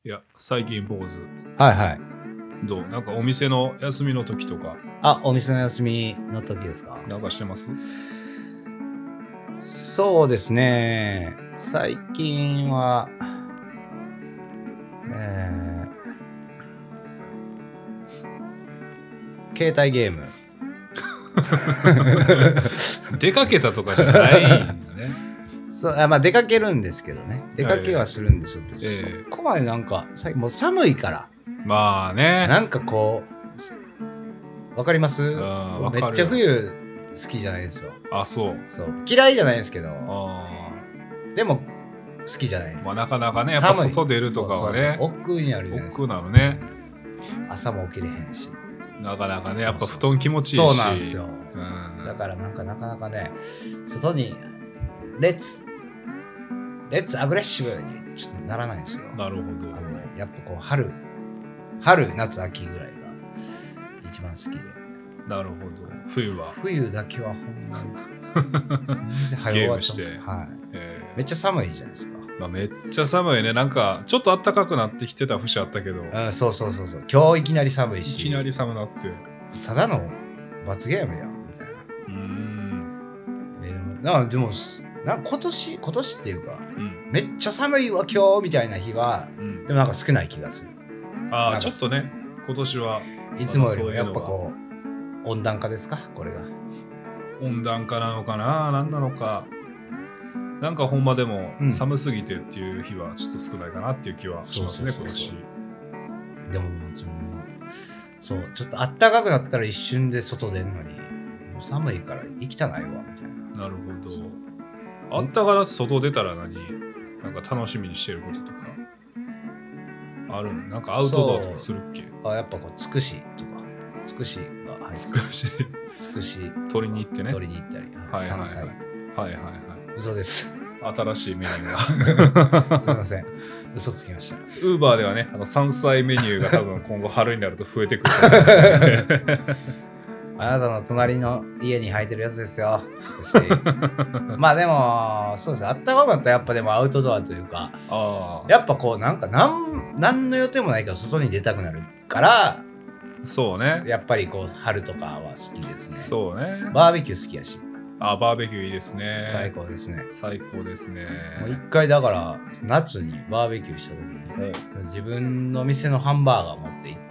いや最近坊主はいはい。 どうなんかお店の休みの時とかあ、お店の休みの時ですか？ なんかしてます？ そうですね。最近は、携帯ゲーム。 出かけたとかじゃないんだね。 そう、まあ出かけるんですけどね。出かけはするんですよ。そこまでなんか、最近もう寒いから。 まあね。 なんかこう、わかります？めっちゃ冬好きじゃないですよ。 あ、そう。 嫌いじゃないですけど、でも好きじゃないです。 まあなかなかね、やっぱ外出るとかはね。 億劫になるじゃないですか。 億劫なのね。 朝も起きれへんし。 なかなかね、やっぱ布団気持ちいいし。 そうなんですよ。だからなかなかね、外にレッツアグレッシブにちょっとならないんですよ。 なるほど。 やっぱこう春、夏、秋ぐらいが一番好きで。 なるほど。冬だけはほんまに全然早終わってます。ゲームして。はい。めっちゃ寒いじゃないですか。 まあめっちゃ寒いね。なんかちょっと暖かくなってきてた節あったけど。 そう。今日いきなり寒いし。 いきなり寒なって。 ただの罰ゲームやんみたいな。でも今年っていうか、めっちゃ寒いわ今日みたいな日は、でもなんか少ない気がする。 ああちょっとね今年はいつもよりもやっぱこう温暖化ですか？これが温暖化なのかな、何なのか。なんかほんまでも寒すぎてっていう日はちょっと少ないかなっていう気はしますね今年。 でもそうちょっと暖かくなったら一瞬で外出んのに寒いから行きたないわみたいな。 なるほど。あったから外出たらなんか楽しみにしてることとかあるの？なんかアウトドアとかするっけ？ やっぱこうつくしとかつくしが入ってつくし取りに行ったり、 山菜とはい嘘です。 新しいメニューがすいません、嘘つきました。 ウーバーではね山菜メニューが多分今後春になると増えてくると思いますね。 あなたの隣の家に生えてるやつですよ。まあでもそうですね、あったかくなったらやっぱでもアウトドアというか、やっぱこうなんか何の予定もないけど外に出たくなるから、 そうね、 やっぱりこう春とかは好きですね。 そうね、 バーベキュー好きやし。 バーベキューいいですね。 最高ですね。 もう一回だから夏にバーベキューした時に、自分の店のハンバーガー持って行って、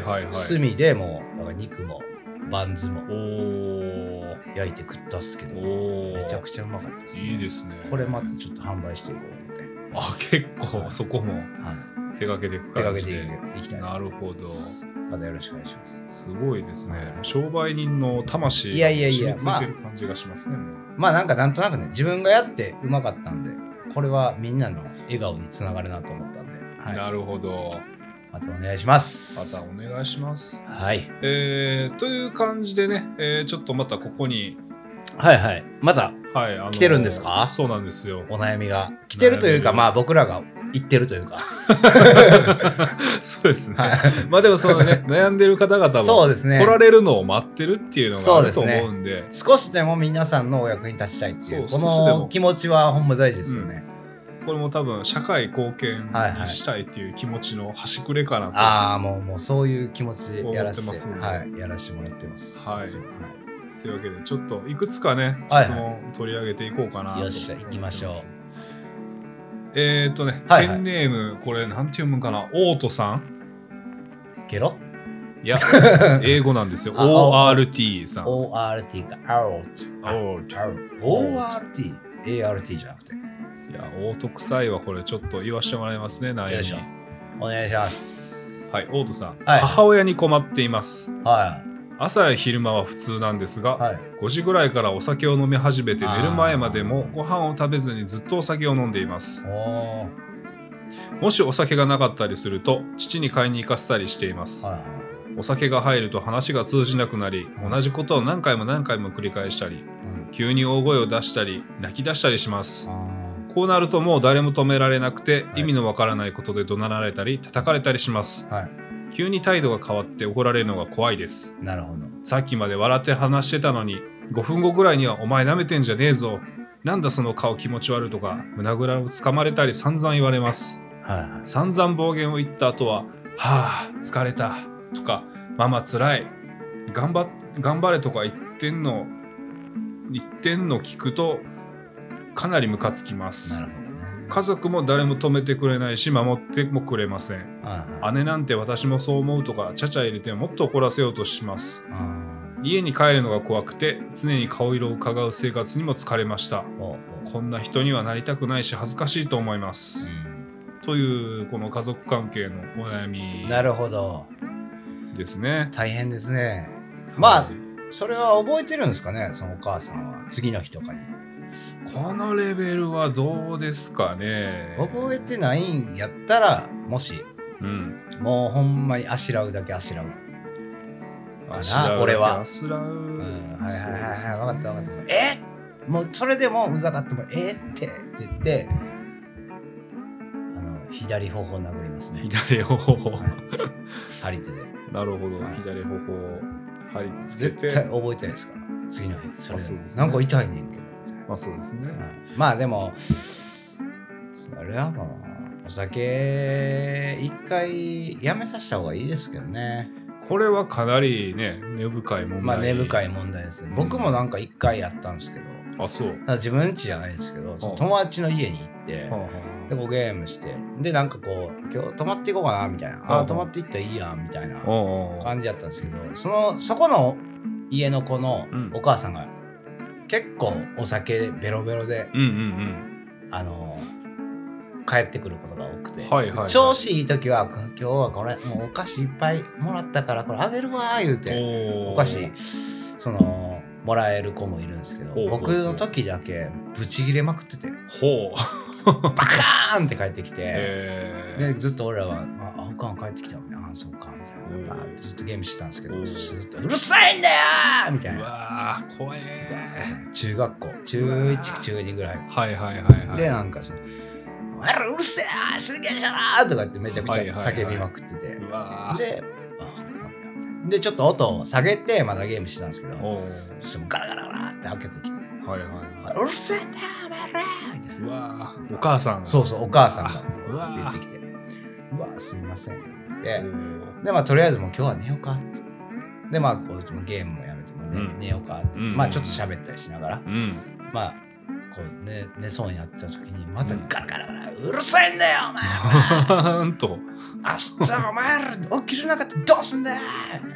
炭でもうだから肉もバンズも焼いて食ったっすけど、めちゃくちゃうまかったです、 いいですね。 これまたちょっと販売していこうって。 結構そこも手掛けていく感じで。 いきたい。 なるほど。 またよろしくお願いします。 すごいですね。商売人の魂が染みついてる感じがしますね。 まあなんとなくね、自分がやってうまかったんで、これはみんなの笑顔につながるなと思ったんで。 なるほど。 またお願いします。 はい。という感じでね、ちょっとまたここにまた来てるんですか？ そうなんですよ。 お悩みが来てるというか、まあ僕らが言ってるというか。 そうですね。まあでもそのね、悩んでる方々も来られるのを待ってるっていうのがあると思うんで、 少しでも皆さんのお役に立ちたいっていうこの気持ちはほんま大事ですよね。 これも多分社会貢献したいっていう気持ちの端くれかなと。 もうそういう気持ちでやらせてもらってます。 はい。というわけでちょっといくつかね質問取り上げていこうかなと。 よっしゃ行きましょう。 ペンネームこれなんて読むかな、オートさん。 ゲロ？ いや英語なんですよ。ORT さん。 ORT か。ORT。ART じゃなくて。 いや、オート臭いはこれちょっと言わせてもらいますね、悩み。 お願いします。 はい、オートさん。母親に困っています。朝や昼間は普通なんですが、5時ぐらいからお酒を飲み始めて寝る前までもご飯を食べずにずっとお酒を飲んでいます。もしお酒がなかったりすると父に買いに行かせたりしています。お酒が入ると話が通じなくなり、同じことを何回も繰り返したり、急に大声を出したり泣き出したりします。こうなるともう誰も止められなくて、意味のわからないことで怒鳴られたり叩かれたりします。急に態度が変わって怒られるのが怖いです。 なるほど。 さっきまで笑って話してたのに5分後ぐらいにはお前舐めてんじゃねえぞ、なんだその顔気持ち悪いとか胸ぐらをつかまれたり散々言われます。 散々暴言を言った後ははあ疲れたとかママつらい頑張れとか言ってんの聞くとかなりムカつきます。家族も誰も止めてくれないし守ってもくれません。姉なんて私もそう思うとかちゃちゃ入れてもっと怒らせようとします。家に帰るのが怖くて常に顔色を伺う生活にも疲れました。こんな人にはなりたくないし恥ずかしいと思います、というこの家族関係のお悩み。 なるほどですね。 大変ですね。まあそれは覚えてるんですかね、そのお母さんは次の日とかに。 このレベルはどうですかね。 覚えてないんやったらもし、もうほんまにあしらうだけあしらうかな俺は。 あしらう、 はい分かった。もうそれでもうざかってもって言って左頬を殴りますね。 左頬を、 張り手で。 なるほど、左頬を張り付けて。 絶対覚えてないですから次の日。それそうです、ね、なんか痛いねんけど。 まあそうですね。 まあでもそれはもうお酒一回やめさせた方がいいですけどね。 これはかなりね根深い問題。 まあ根深い問題です、僕もなんか一回やったんですけど。 あ、そう。 自分家じゃないですけど、その友達の家に行って、でこうゲームしてでなんかこう今日泊まっていこうかなみたいな、泊まっていったらいいやんみたいな感じだったんですけど、そこの家の子のお母さんが結構お酒ベロベロで、帰ってくることが多くて、調子いい時は今日はこれもうお菓子いっぱいもらったからこれあげるわ言うてお菓子もらえる子もいるんですけど、僕の時だけブチギレまくっててバカーンって帰ってきて、でずっと俺らはおかん帰ってきたみたいな、そうかみたいな、ずっとゲームしてたんですけど、ずっとうるさいんだよーみたいな。うわー怖えー。中学校中1中2ぐらい。でなんかお前らうるせえなすげえじゃなとかってめちゃくちゃ叫びまくってて、でちょっと音を下げてまだゲームしてたんですけど、そしてもガラガラガラって開けてきて、うるせえんだよお前らみたいな。 うわお母さんが。 そうお母さんが出てきて、うわすみませんってでまあとりあえずもう今日は寝ようかってでまあこうゲームもやめても寝ようかってまあちょっと喋ったりしながら、まあこう寝そうになった時にまたガラガラガラ、うるさいんだよお前らなんと明日お前ら起きれなかったらどうすんだよ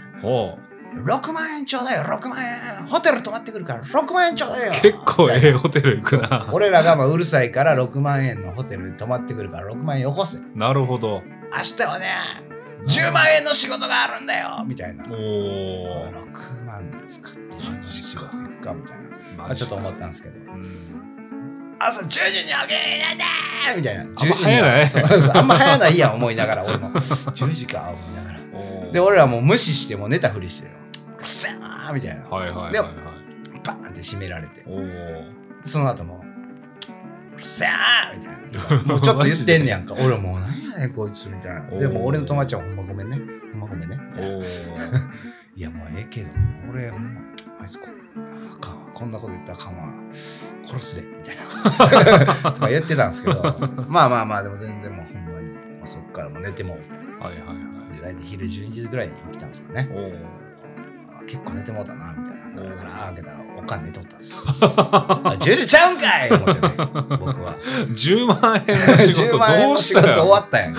6万円ちょうだいよ6万円ホテル泊まってくるから6万円ちょうだいよ。 結構ホテル行くな。 俺らがまあうるさいから6万円のホテルに泊まってくるから6万円よこせ。 なるほど。 明日はね10万円の仕事があるんだよみたいな。6万使って10万円仕事行くかみたいな、ちょっと思ったんですけど、朝10時に起きなんだみたいな。10時にあんま早ないやん思いながら俺も10時か思いながらで俺らもう無視してもう寝たふりしてようるせえなみたいな。でバーンって閉められて、その後もうるせえなみたいなもうちょっと言ってんねやんか俺もう何やねんこいつみたいな。でも俺の友達はほんまごめんねほんまごめんねいやもうええけど俺ほんまあいつこんなこと言ったらあかんわ殺すぜみたいなとか言ってたんですけどまあでも全然もうほんまにそっからもう寝ても大体昼12時ぐらいに起きたんですかね。結構寝てもうたなみたいな。ガラガラ開けたらおかん寝とったんですよ10時ちゃうんかい思ってね僕は 10万円の仕事どうしたら 10万円の仕事終わったやん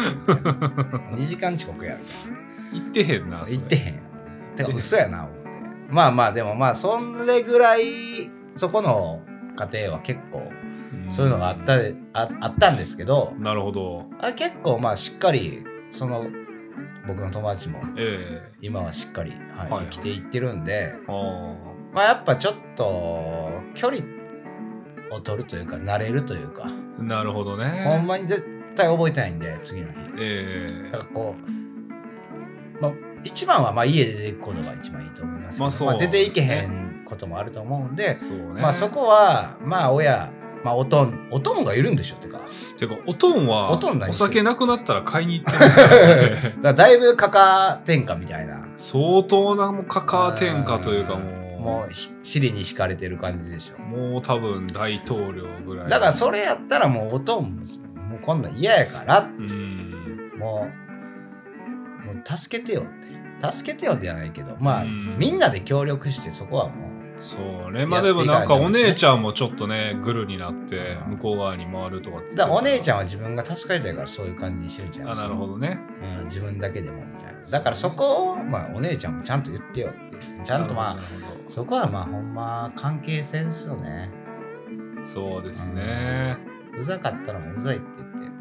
2時間遅刻やみたいな。 行ってへんな。 行ってへんてか嘘やな思って。まあでもまあそれぐらいそこの家庭は結構そういうのがあったんですけど。 なるほど。 結構まあしっかり僕の友達も今はしっかり生きていってるんで、まあやっぱちょっと距離を取るというか慣れるというか。 なるほどね。 ほんまに絶対覚えたいんで次の日。だからこうまあ一番はまあ家で出ていくことが一番いいと思いますけど、出ていけへんこともあると思うんで、まあそこはまあおとんがいるんでしょってかおとんはお酒なくなったら買いに行ってますからねだいぶ価格転嫁みたいな相当な価格転嫁というかもう尻に敷かれてる感じでしょ。 もう多分大統領ぐらいだからそれやったらもうおとんもうこんなん嫌やからってもう助けてよではないけど、まあみんなで協力してそこはもうそうね。まあでもなんかお姉ちゃんもちょっとねグルになって向こう側に回るとかってだからお姉ちゃんは自分が助かりたいからそういう感じにしてるんじゃないですか。 なるほどね、 自分だけでもみたいな。だからそこをまあお姉ちゃんもちゃんと言ってよってちゃんとまあそこはまあほんま関係性ですよね。 そうですね、 うざかったらもううざいって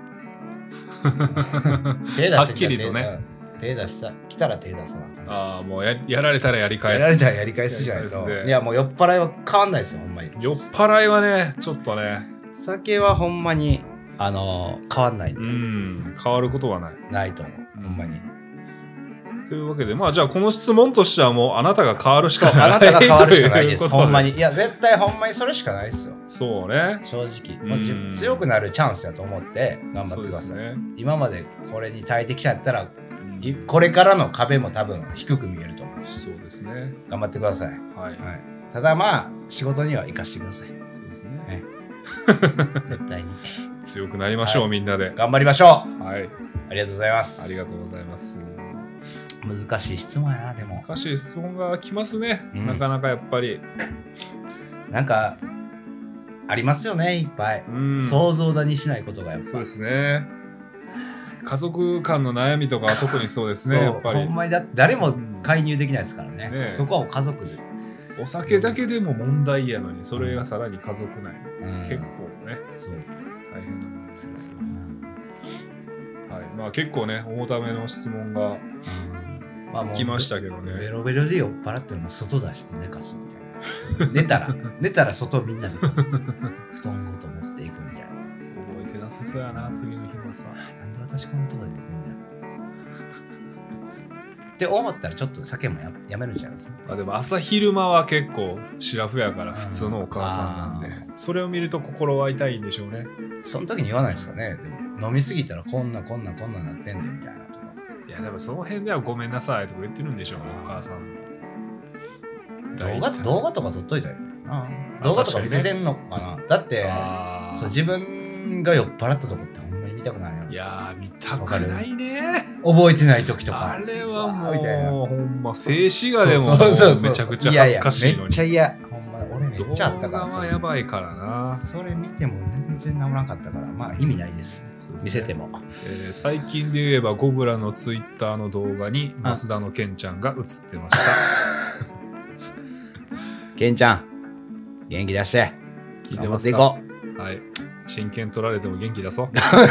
言ってはっきりとね手出した来たら手出さなあかんし、もう やられたらやり返す、 やられたらやり返すじゃないと、いやもう酔っ払いは変わんないですよほんまに。 酔っ払いはねちょっとね酒はほんまに変わんないんで、 変わることはないと思う、ほんまに。 というわけでまあじゃあこの質問としてはもうあなたが変わるしかない。 あなたが変わるしかないですほんまに。いや絶対ほんまにそれしかないですよ。 そうね、 正直もう強くなるチャンスやと思って頑張ってください、ね、今までこれに耐えてきちゃったらこれからの壁も多分低く見えると思うし、 そうですね、 頑張ってください。 はい、 ただまあ仕事には生かしてください。 そうですね、 絶対に強くなりましょう、みんなで頑張りましょう。 はい、 ありがとうございます。 ありがとうございます。 難しい質問やな。でも難しい質問が来ますね、なかなかやっぱりなんかありますよねいっぱい、想像だにしないことがやっぱ。 そうですね、家族間の悩みとかは特にそうですねやっぱりほんまに誰も介入できないですからね、そこは家族で。 お酒だけでも問題やのにそれがさらに家族内、結構ねそう大変なものですよ、はい、まあ結構ね重ための質問が来ましたけどね、 ベロベロで酔っ払ってるの外出して寝かすみたいな寝たら外みんなで布団ごと持っていくみたいな。 覚えてなさそうやな次の日はさ、 なんで私このとこで寝てんだよって思ったらちょっと酒も やめるんちゃいますか。 でも朝昼間は結構シラフやから普通のお母さんなんで、それを見ると心は痛いんでしょうね。 その時に言わないですかね。でも飲みすぎたらこんななってんでみたいなとか。 いやでもその辺ではごめんなさいとか言ってるんでしょう、お母さんも。 動画とか撮っといたよな。動画とか見せてんのかな。だってそう自分が酔っ払ったとこってほんまに見たくないよ。 いや見たくないね。 覚えてない時とか。 あれはもうほんま静止画でもめちゃくちゃ恥ずかしいのに。 めっちゃ嫌。ほんま俺めっちゃあったから動画はやばいからな。 それ見ても全然治らんかったからまあ意味ないです。見せても。 最近で言えばゴブラのツイッターの動画に増田のケンちゃんが映ってました。 ケンちゃん元気出して聞いてますか。 はい、 真剣取られても元気出そう。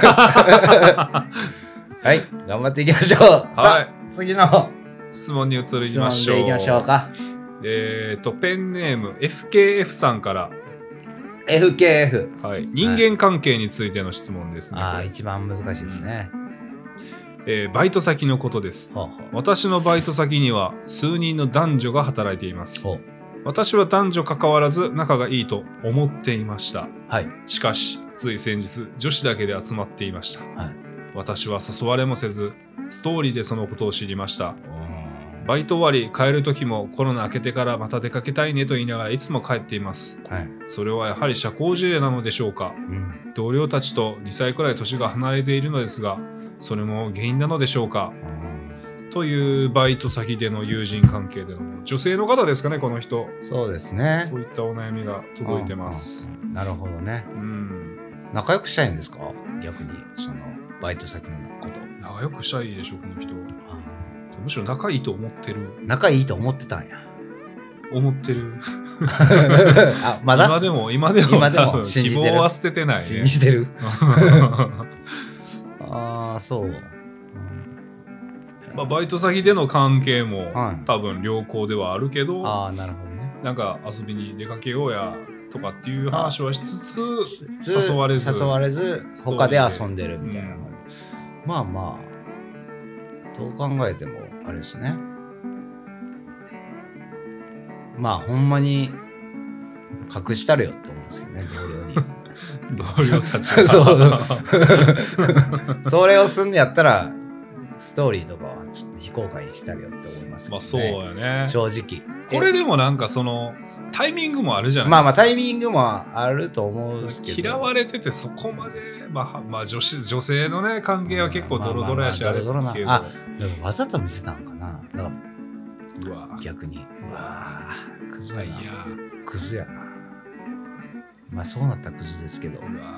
はい頑張っていきましょう。さあ次の質問に移りましょう。 いきましょうか。 ペンネーム FKF さんから。 FKF、 はい、人間関係についての質問ですね。 一番難しいですね。 バイト先のことです。私のバイト先には数人の男女が働いています。私は男女関わらず仲がいいと思っていました、しかしつい先日女子だけで集まっていました、私は誘われもせずストーリーでそのことを知りました。バイト終わり帰る時もコロナ明けてからまた出かけたいねと言いながらいつも帰っています、それはやはり社交辞令なのでしょうか、同僚たちと2歳くらい年が離れているのですがそれも原因なのでしょうか、というバイト先での友人関係での女性の方ですかねこの人。 そうですね。 そういったお悩みが届いてます。 なるほどね。仲良くしたいんですか逆にそのバイト先のこと。 仲良くしたいでしょこの人。むしろ仲いいと思ってる。 仲いいと思ってたんや。 思ってる。 まだ今でも希望は捨ててないね。 信じてる。そう。 バイト先での関係も、多分良好ではあるけど、 なるほどね。 なんか遊びに出かけようやとかっていう話はしつつ誘われず他で遊んでるみたいな、まあまあどう考えてもあれですね。まあほんまに隠したるよって思うんですけどね同僚に。 同僚たちがそれをすんのやったらストーリーとかはちょっと非公開にしてあげようって思いますけどね。 そうやね。 正直。 これでもなんかそのタイミングもあるじゃないですか。まあタイミングもあると思うんですけど。 嫌われててそこまで、まあ女性のね関係は結構ドロドロやし、あれけど。でもわざと見せたんかな。だからうわ逆にクズやな。クズやな。まあそうなったらクズですけど。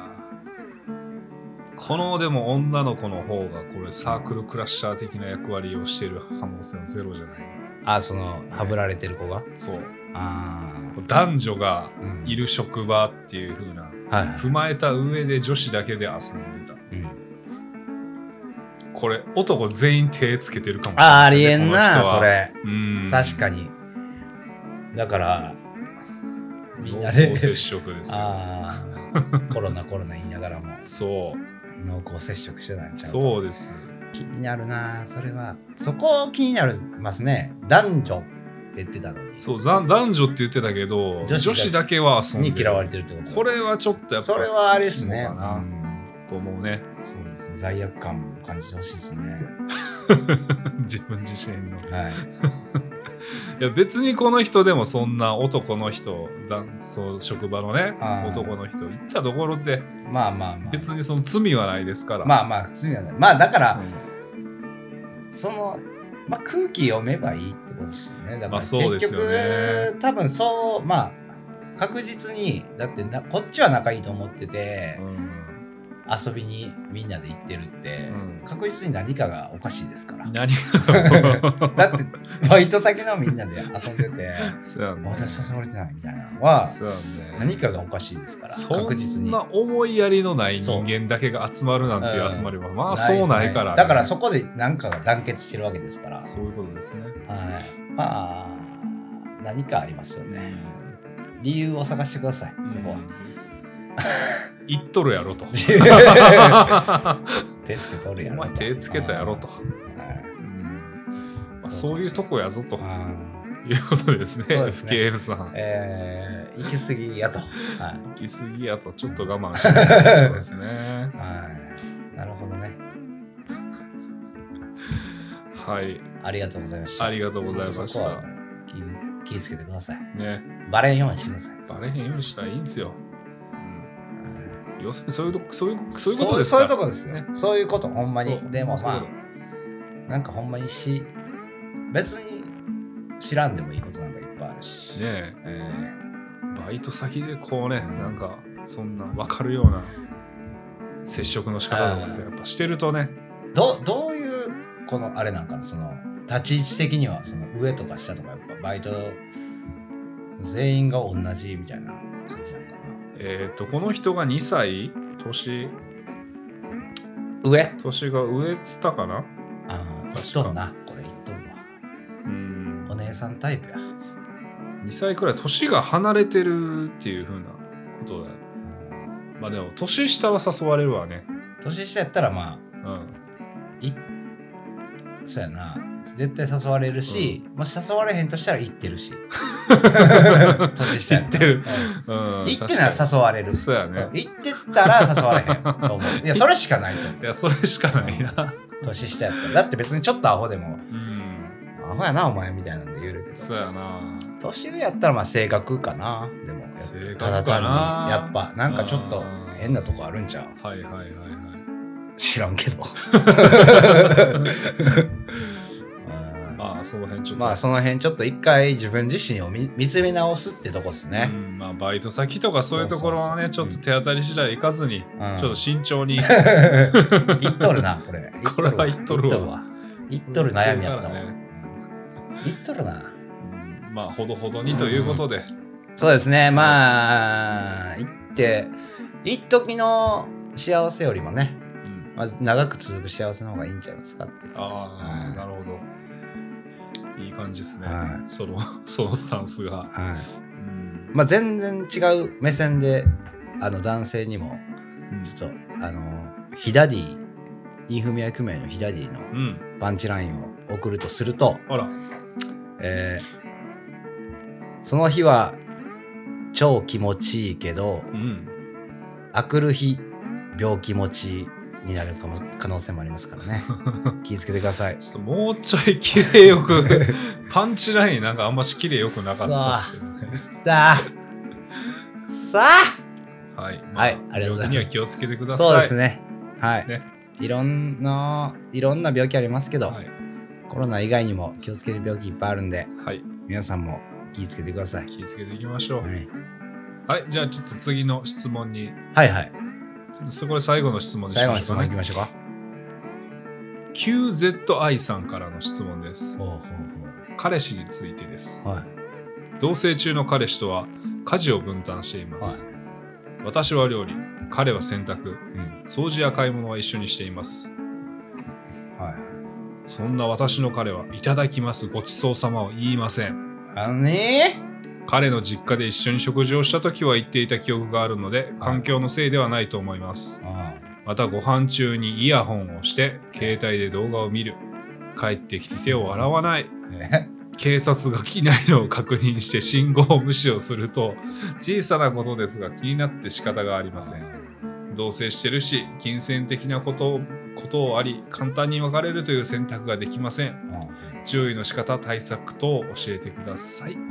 このでも女の子の方がこれサークルクラッシャー的な役割をしている可能性はゼロじゃない。 そのはぶられてる子が、 そう。男女がいる職場っていう風な、踏まえた上で女子だけで遊んでた。これ男全員手つけてるかもしれない、 ありえんなそれ。確かに。だからみんなで濃厚接触ですよ。 コロナ言いながらも。 そう。 濃厚接触してないんちゃう。 そうです。 気になるなそれは。そこ気になりますね。男女って言ってたのに。 そう、男女って言ってたけど、女子だけは遊んでる。 に嫌われてるってこと。 これはちょっとやっぱそれはあれですね。 と思うね。 そうですね。罪悪感も感じてほしいですね。 自分自身の。はい。いや別にこの人でもそんな男の人そう職場のね男の人行ったところでまあ別にその罪はないですから。 まあ罪はない。まあだから、その空気読めばいいってことですよね。だから結局、多分そう確実にだってこっちは仲いいと思ってて、遊びにみんなで行ってるって、確実に何かがおかしいですから。 何だってバイト先のみんなで遊んでて私誘われてないみたいなのは何かがおかしいですから。確実にそんな思いやりのない人間だけが集まるなんていう集まりはそうないから、ね、 だからそこで何かが団結してるわけですから。 そういうことですね。 何かありますよね。理由を探してください。そこは言っとるやろと。手つけとるやろと。 お前手つけたやろと。そういうとこやぞということですね。FKF さん。 行き過ぎやと。 行き過ぎやとちょっと我慢してるですね。 なるほどね。 はい。 ありがとうございました。 ありがとうございました。 気をつけてください。 ね。 バレんようにしてください。 バレへんようにしたらいいんですよ。要するにそういうことですか。 そういうとこですね。そういうことほんまに。でもなんかほんまに別に知らんでもいいことなんかいっぱいあるし。 ねバイト先でこうねなんかそんな分かるような接触の仕方とかやっぱしてるとね。 どういうこのあれなんかな、その立ち位置的にはその上とか下とかやっぱバイト全員が同じみたいな感じなのかな。 この人が2歳年が上っつったかな。 言っとるな。これ言っとるわ。お姉さんタイプや。 2歳くらい年が離れてるっていう風なことだよ。まあでも年下は誘われるわね。 年下やったらそうやな。絶対誘われるし、もし誘われへんとしたら行ってるし。年下やったら。行ってなら誘われる。 そうやね。 行ってたら誘われへんと思う。いや、それしかないと思う。 いや、それしかないな。 年下やったら。だって別にちょっとアホでも、アホやな、お前みたいなんで言うけど。 そうやな。 年上やったら性格かな。でも、ただ単に、やっぱ、なんかちょっと変なとこあるんちゃう。知らんけど。 その辺ちょっとその辺ちょっと一回自分自身を見つめ直すってとこですね。 バイト先とかそういうところはねちょっと手当たり次第行かずに、ちょっと慎重に言っとるなこれ。 これは言っとるわ。 言っとる悩みやったわ。言っとるな。 ほどほどにということで、 そうですね。一時の幸せよりもね、長く続く幸せの方がいいんちゃいますかっていう。 なるほど。いい感じですね。そのスタンスが。 全然違う目線で男性にもちょっとヒダディインフミヤイクメイのヒダディのパンチラインを送るとすると、その日は超気持ちいいけど、あくる日病気持ちになる可能性もありますからね。気をつけてください。 ちょっともうちょい綺麗よくパンチラインなんかあんまし綺麗よくなかったですけどね。 さあはい、 はい、ありがとうございます。病気には気をつけてください。 そうですね。はい。ね、いろんな病気ありますけど、はい、コロナ以外にも気をつける病気いっぱいあるんで、はい、皆さんも気をつけてください。 気をつけていきましょう。はい、はい、じゃあちょっと次の質問に。 はいはい。 そこで最後の質問にしましょうかね。 最後の質問いきましょうか。 QZI さんからの質問です。彼氏についてです。はい、同棲中の彼氏とは家事を分担しています。はい、私は料理、彼は洗濯、掃除や買い物は一緒にしています。はい、そんな私の彼はいただきますごちそうさまを言いません。彼の実家で一緒に食事をした時は言っていた記憶があるので、環境のせいではないと思います。またご飯中にイヤホンをして携帯で動画を見る、帰ってきて手を洗わない、警察が来ないのを確認して信号無視をすると、小さなことですが気になって仕方がありません。同棲してるし、金銭的なことあり、簡単に別れるという選択ができません。注意の仕方、対策等を教えてください。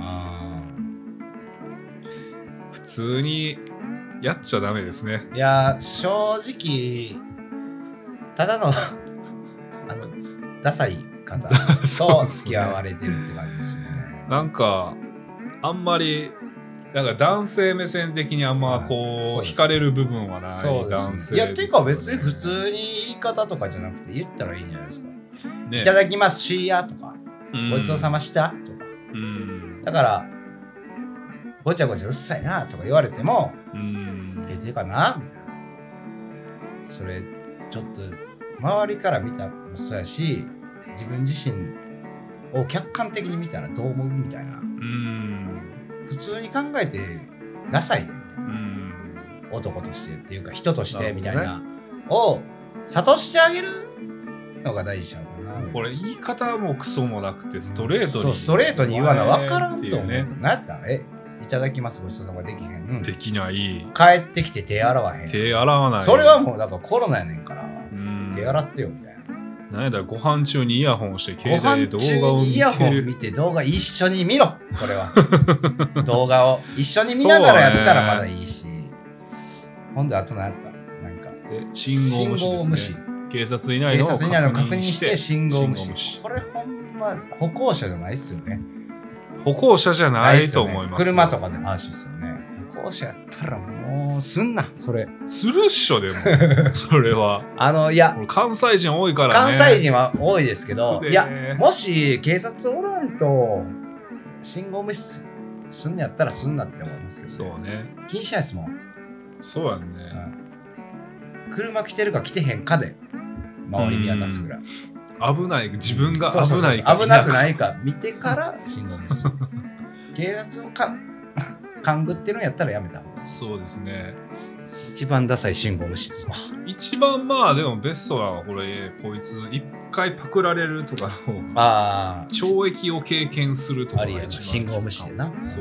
普通にやっちゃダメですね。 いや、正直ただのダサい方と付き合われてるって感じですね。 なんかあんまりなんか男性目線的にあんまこう惹かれる部分はない男性です、ね。 いや、ていうか別に普通に言い方とかじゃなくて言ったらいいんじゃないですか。ね、いただきますしやとか、ごちそうさましたとか。だからごちゃごちゃうっさいなとか言われても、てかなみたいな。それちょっと周りから見たもそうやし、自分自身を客観的に見たらどう思うみたいな。普通に考えてダサいでみたいな。男としてっていうか人としてみたいなを諭してあげるのが大事ちゃうかな。 これ言い方はもうクソもなくてストレートに、 そうストレートに言わな分からんと思う。ね、なんやったらいただきますごちそうさまできへん。 できない。 帰ってきて手洗わへん。 手洗わない。 それはもうだからコロナやねんから。手洗ってよみたいな。 なんやだご飯中にイヤホンして携帯で動画を見てる。 イヤホン見て動画一緒に見ろ。それは動画を一緒に見ながらやったらまだいいし。ほんであと何やったなんか信号無視ですね。警察いないのを確認して信号無視。これほんま歩行者じゃないっすよね。 歩行者じゃないと思います。 車とかで話ですよね。歩行者やったらもうすんなそれ。 するっしょでもそれは。 いや関西人多いからね。 関西人は多いですけど、いやもし警察おらんと信号無視すんのやったらすんなって思いますけど、ね。 そうね。 気にしないですもん。 そうやんね。 車来てるか来てへんかで周り見渡すぐらい。 危ない自分が危ないか危なくないか見てから信号無視する。警察を勘ぐってるんやったらやめた方がいい。 そうですね。 一番ダサい信号無視ですわ。 一番まあでもベストなのはこれこいつ一回パクられるとかの懲役を経験するとかが一番信号無視でな。 そう。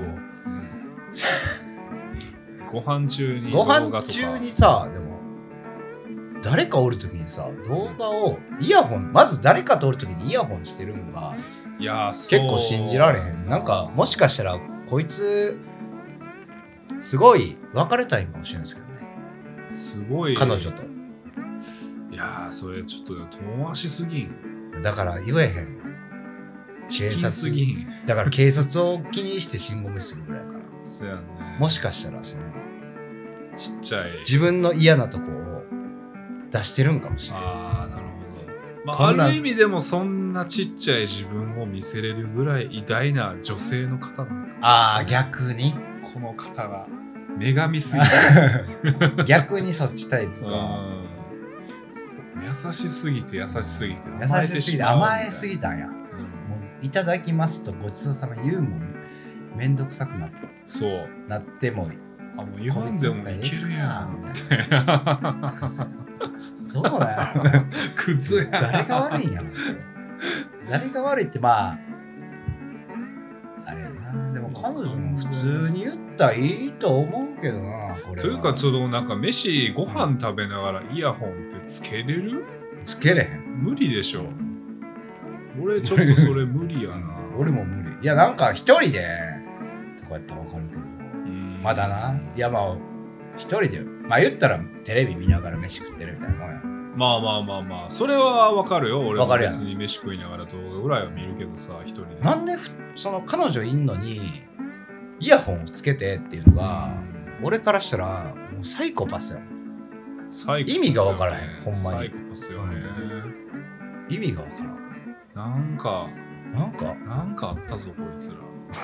ご飯中に動画とか。ご飯中にさでも誰かおるときにさ動画をイヤホンまず誰かとおるときにイヤホンしてるのがいや結構信じられへん。なんかもしかしたらこいつすごい別れたいかもしれないですけどね。 すごい彼女と。 いやそれちょっと遠回しすぎん。 だから言えへん。警察すぎん。だから警察を気にして信号無視するぐらいから。 そうやね。 もしかしたらちっちゃい自分の嫌なとこを出してるんかもしれない。 ああなるほど。まあ、ある意味でもそんなちっちゃい自分を見せれるぐらい偉大な女性の方なんです、ね。 ああ逆にこの方が女神すぎて逆にそっちタイプか。 優しすぎて甘えすぎたんや。もういただきますとごちそうさま言うもんめんどくさくなってそうなってももう日本でもいけるやんみたいな。どうだよクズや誰が悪いんやろ。誰が悪いってまああれやなでも彼女も普通に言ったらいいと思うけどな、これは。 というかなんかご飯食べながらイヤホンってつけれる？ つけれへん。 無理でしょ。俺ちょっとそれ無理やな。 俺も無理。いやなんか一人でとかやったらわかるけど、まだな。いやまあ一人で、まあ言ったらテレビ見ながら飯食ってるみたいなもんや。 まあそれはわかるよ。俺も別に飯食いながら動画ぐらいは見るけどさ、一人で。 なんでその彼女いんのにイヤホンをつけてっていうのが、俺からしたらもうサイコパスよ。意味がわからへん、ほんまに。 サイコパスよね。 意味がわからん。 なんかあったぞこいつら。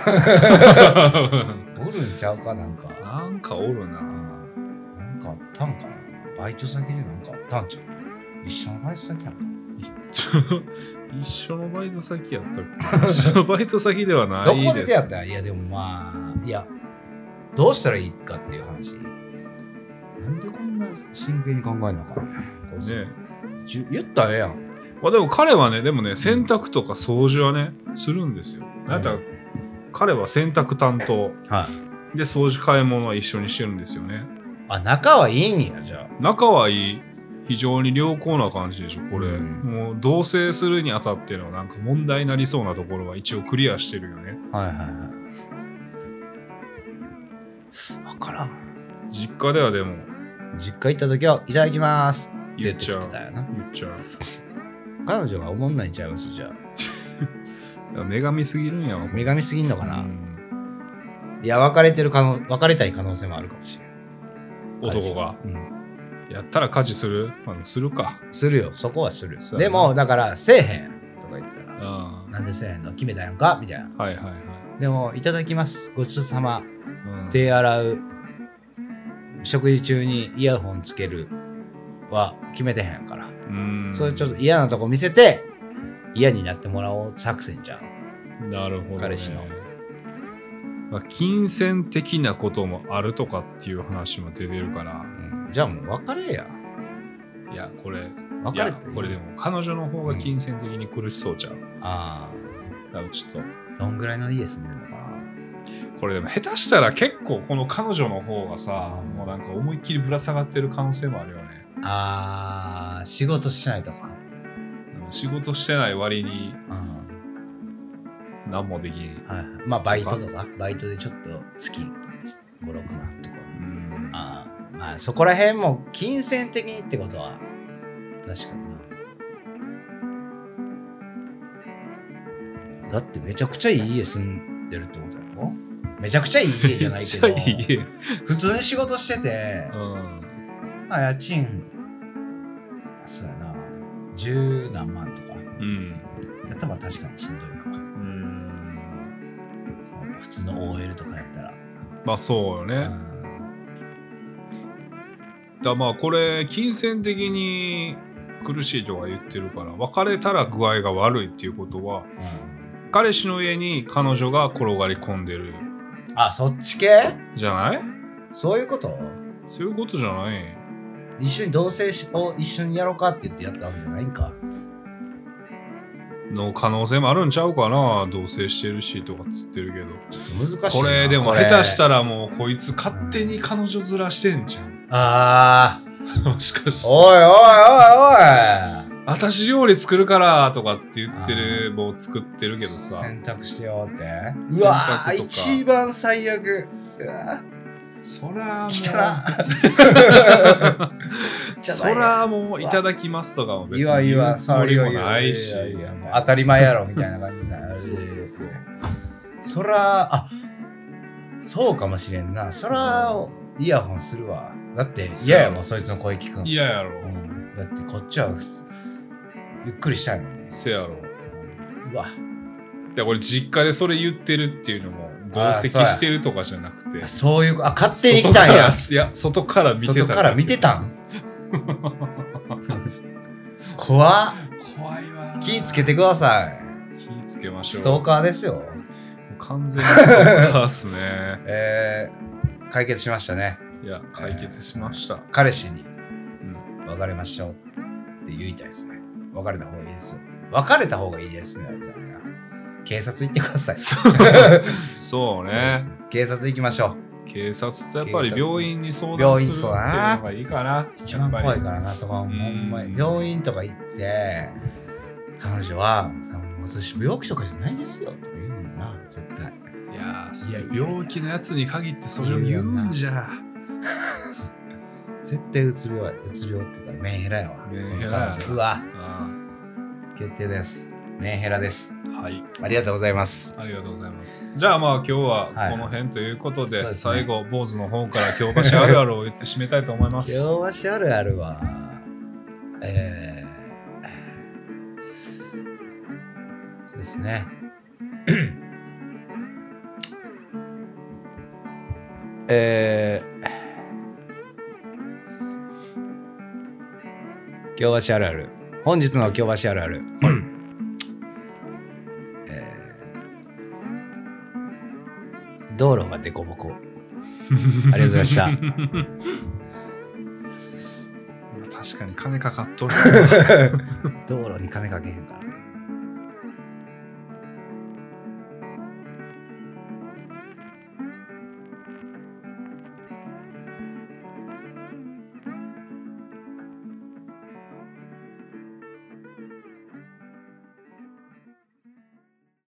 おるんちゃうか、なんかおるな。 なんかあったんかな。バイト先でなんかあったんちゃう。一緒のバイト先やんか。 一緒のバイト先やったっけ？一緒のバイト先ではないです。 どこで出会ったら、いやでもまあ、いや、どうしたらいいかっていう話。なんでこんな真剣に考えなあかんねん。こいつね。言ったらええやん。 まあでも彼はね、洗濯とか掃除はね、するんですよ。なんか彼は洗濯担当。はい。で、掃除買い物は一緒にしてるんですよね。 あ、仲はいいんや、じゃあ。 仲はいい。非常に良好な感じでしょ、これ。もう同棲するにあたってのなんか問題になりそうなところは一応クリアしてるよね。 はいはいはい。わからん。 実家ではでも。 実家行った時は、いただきますって言っちゃう。 言っちゃう。 彼女がおもんないんちゃいます、じゃあ。女神すぎるんやわ。 女神すぎんのかな。いや、別れたい可能性もあるかもしれん。 男が。やったら家事する？するか。 するよ。そこはする。でも、だから、せえへんとか言ったら、なんでせえへんの？決めたやんかみたいな。 はいはいはい。 でも、いただきます。ごちそうさま。手洗う。食事中にイヤホンつけるは決めてへんから。それちょっと嫌なとこ見せて、嫌になってもらおう作戦じゃん。 なるほど、ね。 彼氏の。 金銭的なこともあるとかっていう話も出てるから。 じゃあもう別れや。 いや、これ、 別れてこれでも彼女の方が金銭的に苦しそうちゃう。 ああ。だからちょっと。どんぐらいの家住んでんのかな。 これでも下手したら結構この彼女の方がさ、もうなんか思いっきりぶら下がってる可能性もあるよね。 仕事してないとか。 仕事してない割に、何もできん。 はい。まあバイトとか、バイトでちょっと月5、6万とか。まあそこら辺も金銭的にってことは確かにな。だってめちゃくちゃいい家住んでるってことやろ。めちゃくちゃいい家じゃないけど普通に仕事してて、まあ家賃そうやな10何万とか、やったら確かにしんどいか。普通の OL とかやったらまあそうよね。だまあこれ金銭的に苦しいとか言ってるから別れたら具合が悪いっていうことは、彼氏の家に彼女が転がり込んでる。 あ、そっち系じゃない？ そういうこと？ そういうことじゃない？ 一緒に同棲を一緒にやろうかって言ってやったわけじゃないんかの可能性もあるんちゃうかな。同棲してるしとかっつってるけどちょっと難しいな。 これでも下手したらもうこいつ勝手に彼女面してんじゃん。もしかしておいおいおいおい私料理作るからとかって言ってるもう作ってるけどさ、 洗濯してよって。うわー一番最悪。うわそらもうそらもういただきますとかも別に言うつもりもないし当たり前やろみたいな感じになる。 そうそうそう。 そらそうかもしれんな。そらイヤホンするわ。だって嫌やもんそいつの声聞くん。 嫌やろ、 だってこっちはゆっくりしたいのに。 せやろ。 うわ。 でこれ実家でそれ言ってるっていうのも同席してるとかじゃなくて、 そういう勝手に来たんや。 いや外から見てた。 外から見てたん。怖いわ。 気ぃつけてください。 気ぃつけましょう。 ストーカーですよ。 完全にストーカーっすね。 解決しましたね。 いや解決しました。 彼氏に別れましょうって言いたいですね。別れた方がいいですよ。別れた方がいいですね。 警察行ってください。 そうね。 警察行きましょう。警察とやっぱり病院に相談するっていうのがいいかな。 一番怖いからな、そこはほんまに。病院とか行って、彼女は、私病気とかじゃないですよとか言うもんな、絶対。 いや、病気のやつに限ってそれを言うんじゃ。 絶対うつ病っていうか、メンヘラやわ。 メンヘラ。 うわ。決定です。メンヘラです。 はい。 ありがとうございます。 ありがとうございます。じゃあまあ今日はこの辺ということで、はい、最後、坊主の方から京橋あるあるを言って締めたいと思います。 京橋あるあるは、そうですね。京橋あるある。本日の京橋あるある。道路がデコボコ。ありがとうございました。 確かに金かかっとる。 道路に金かけへんから。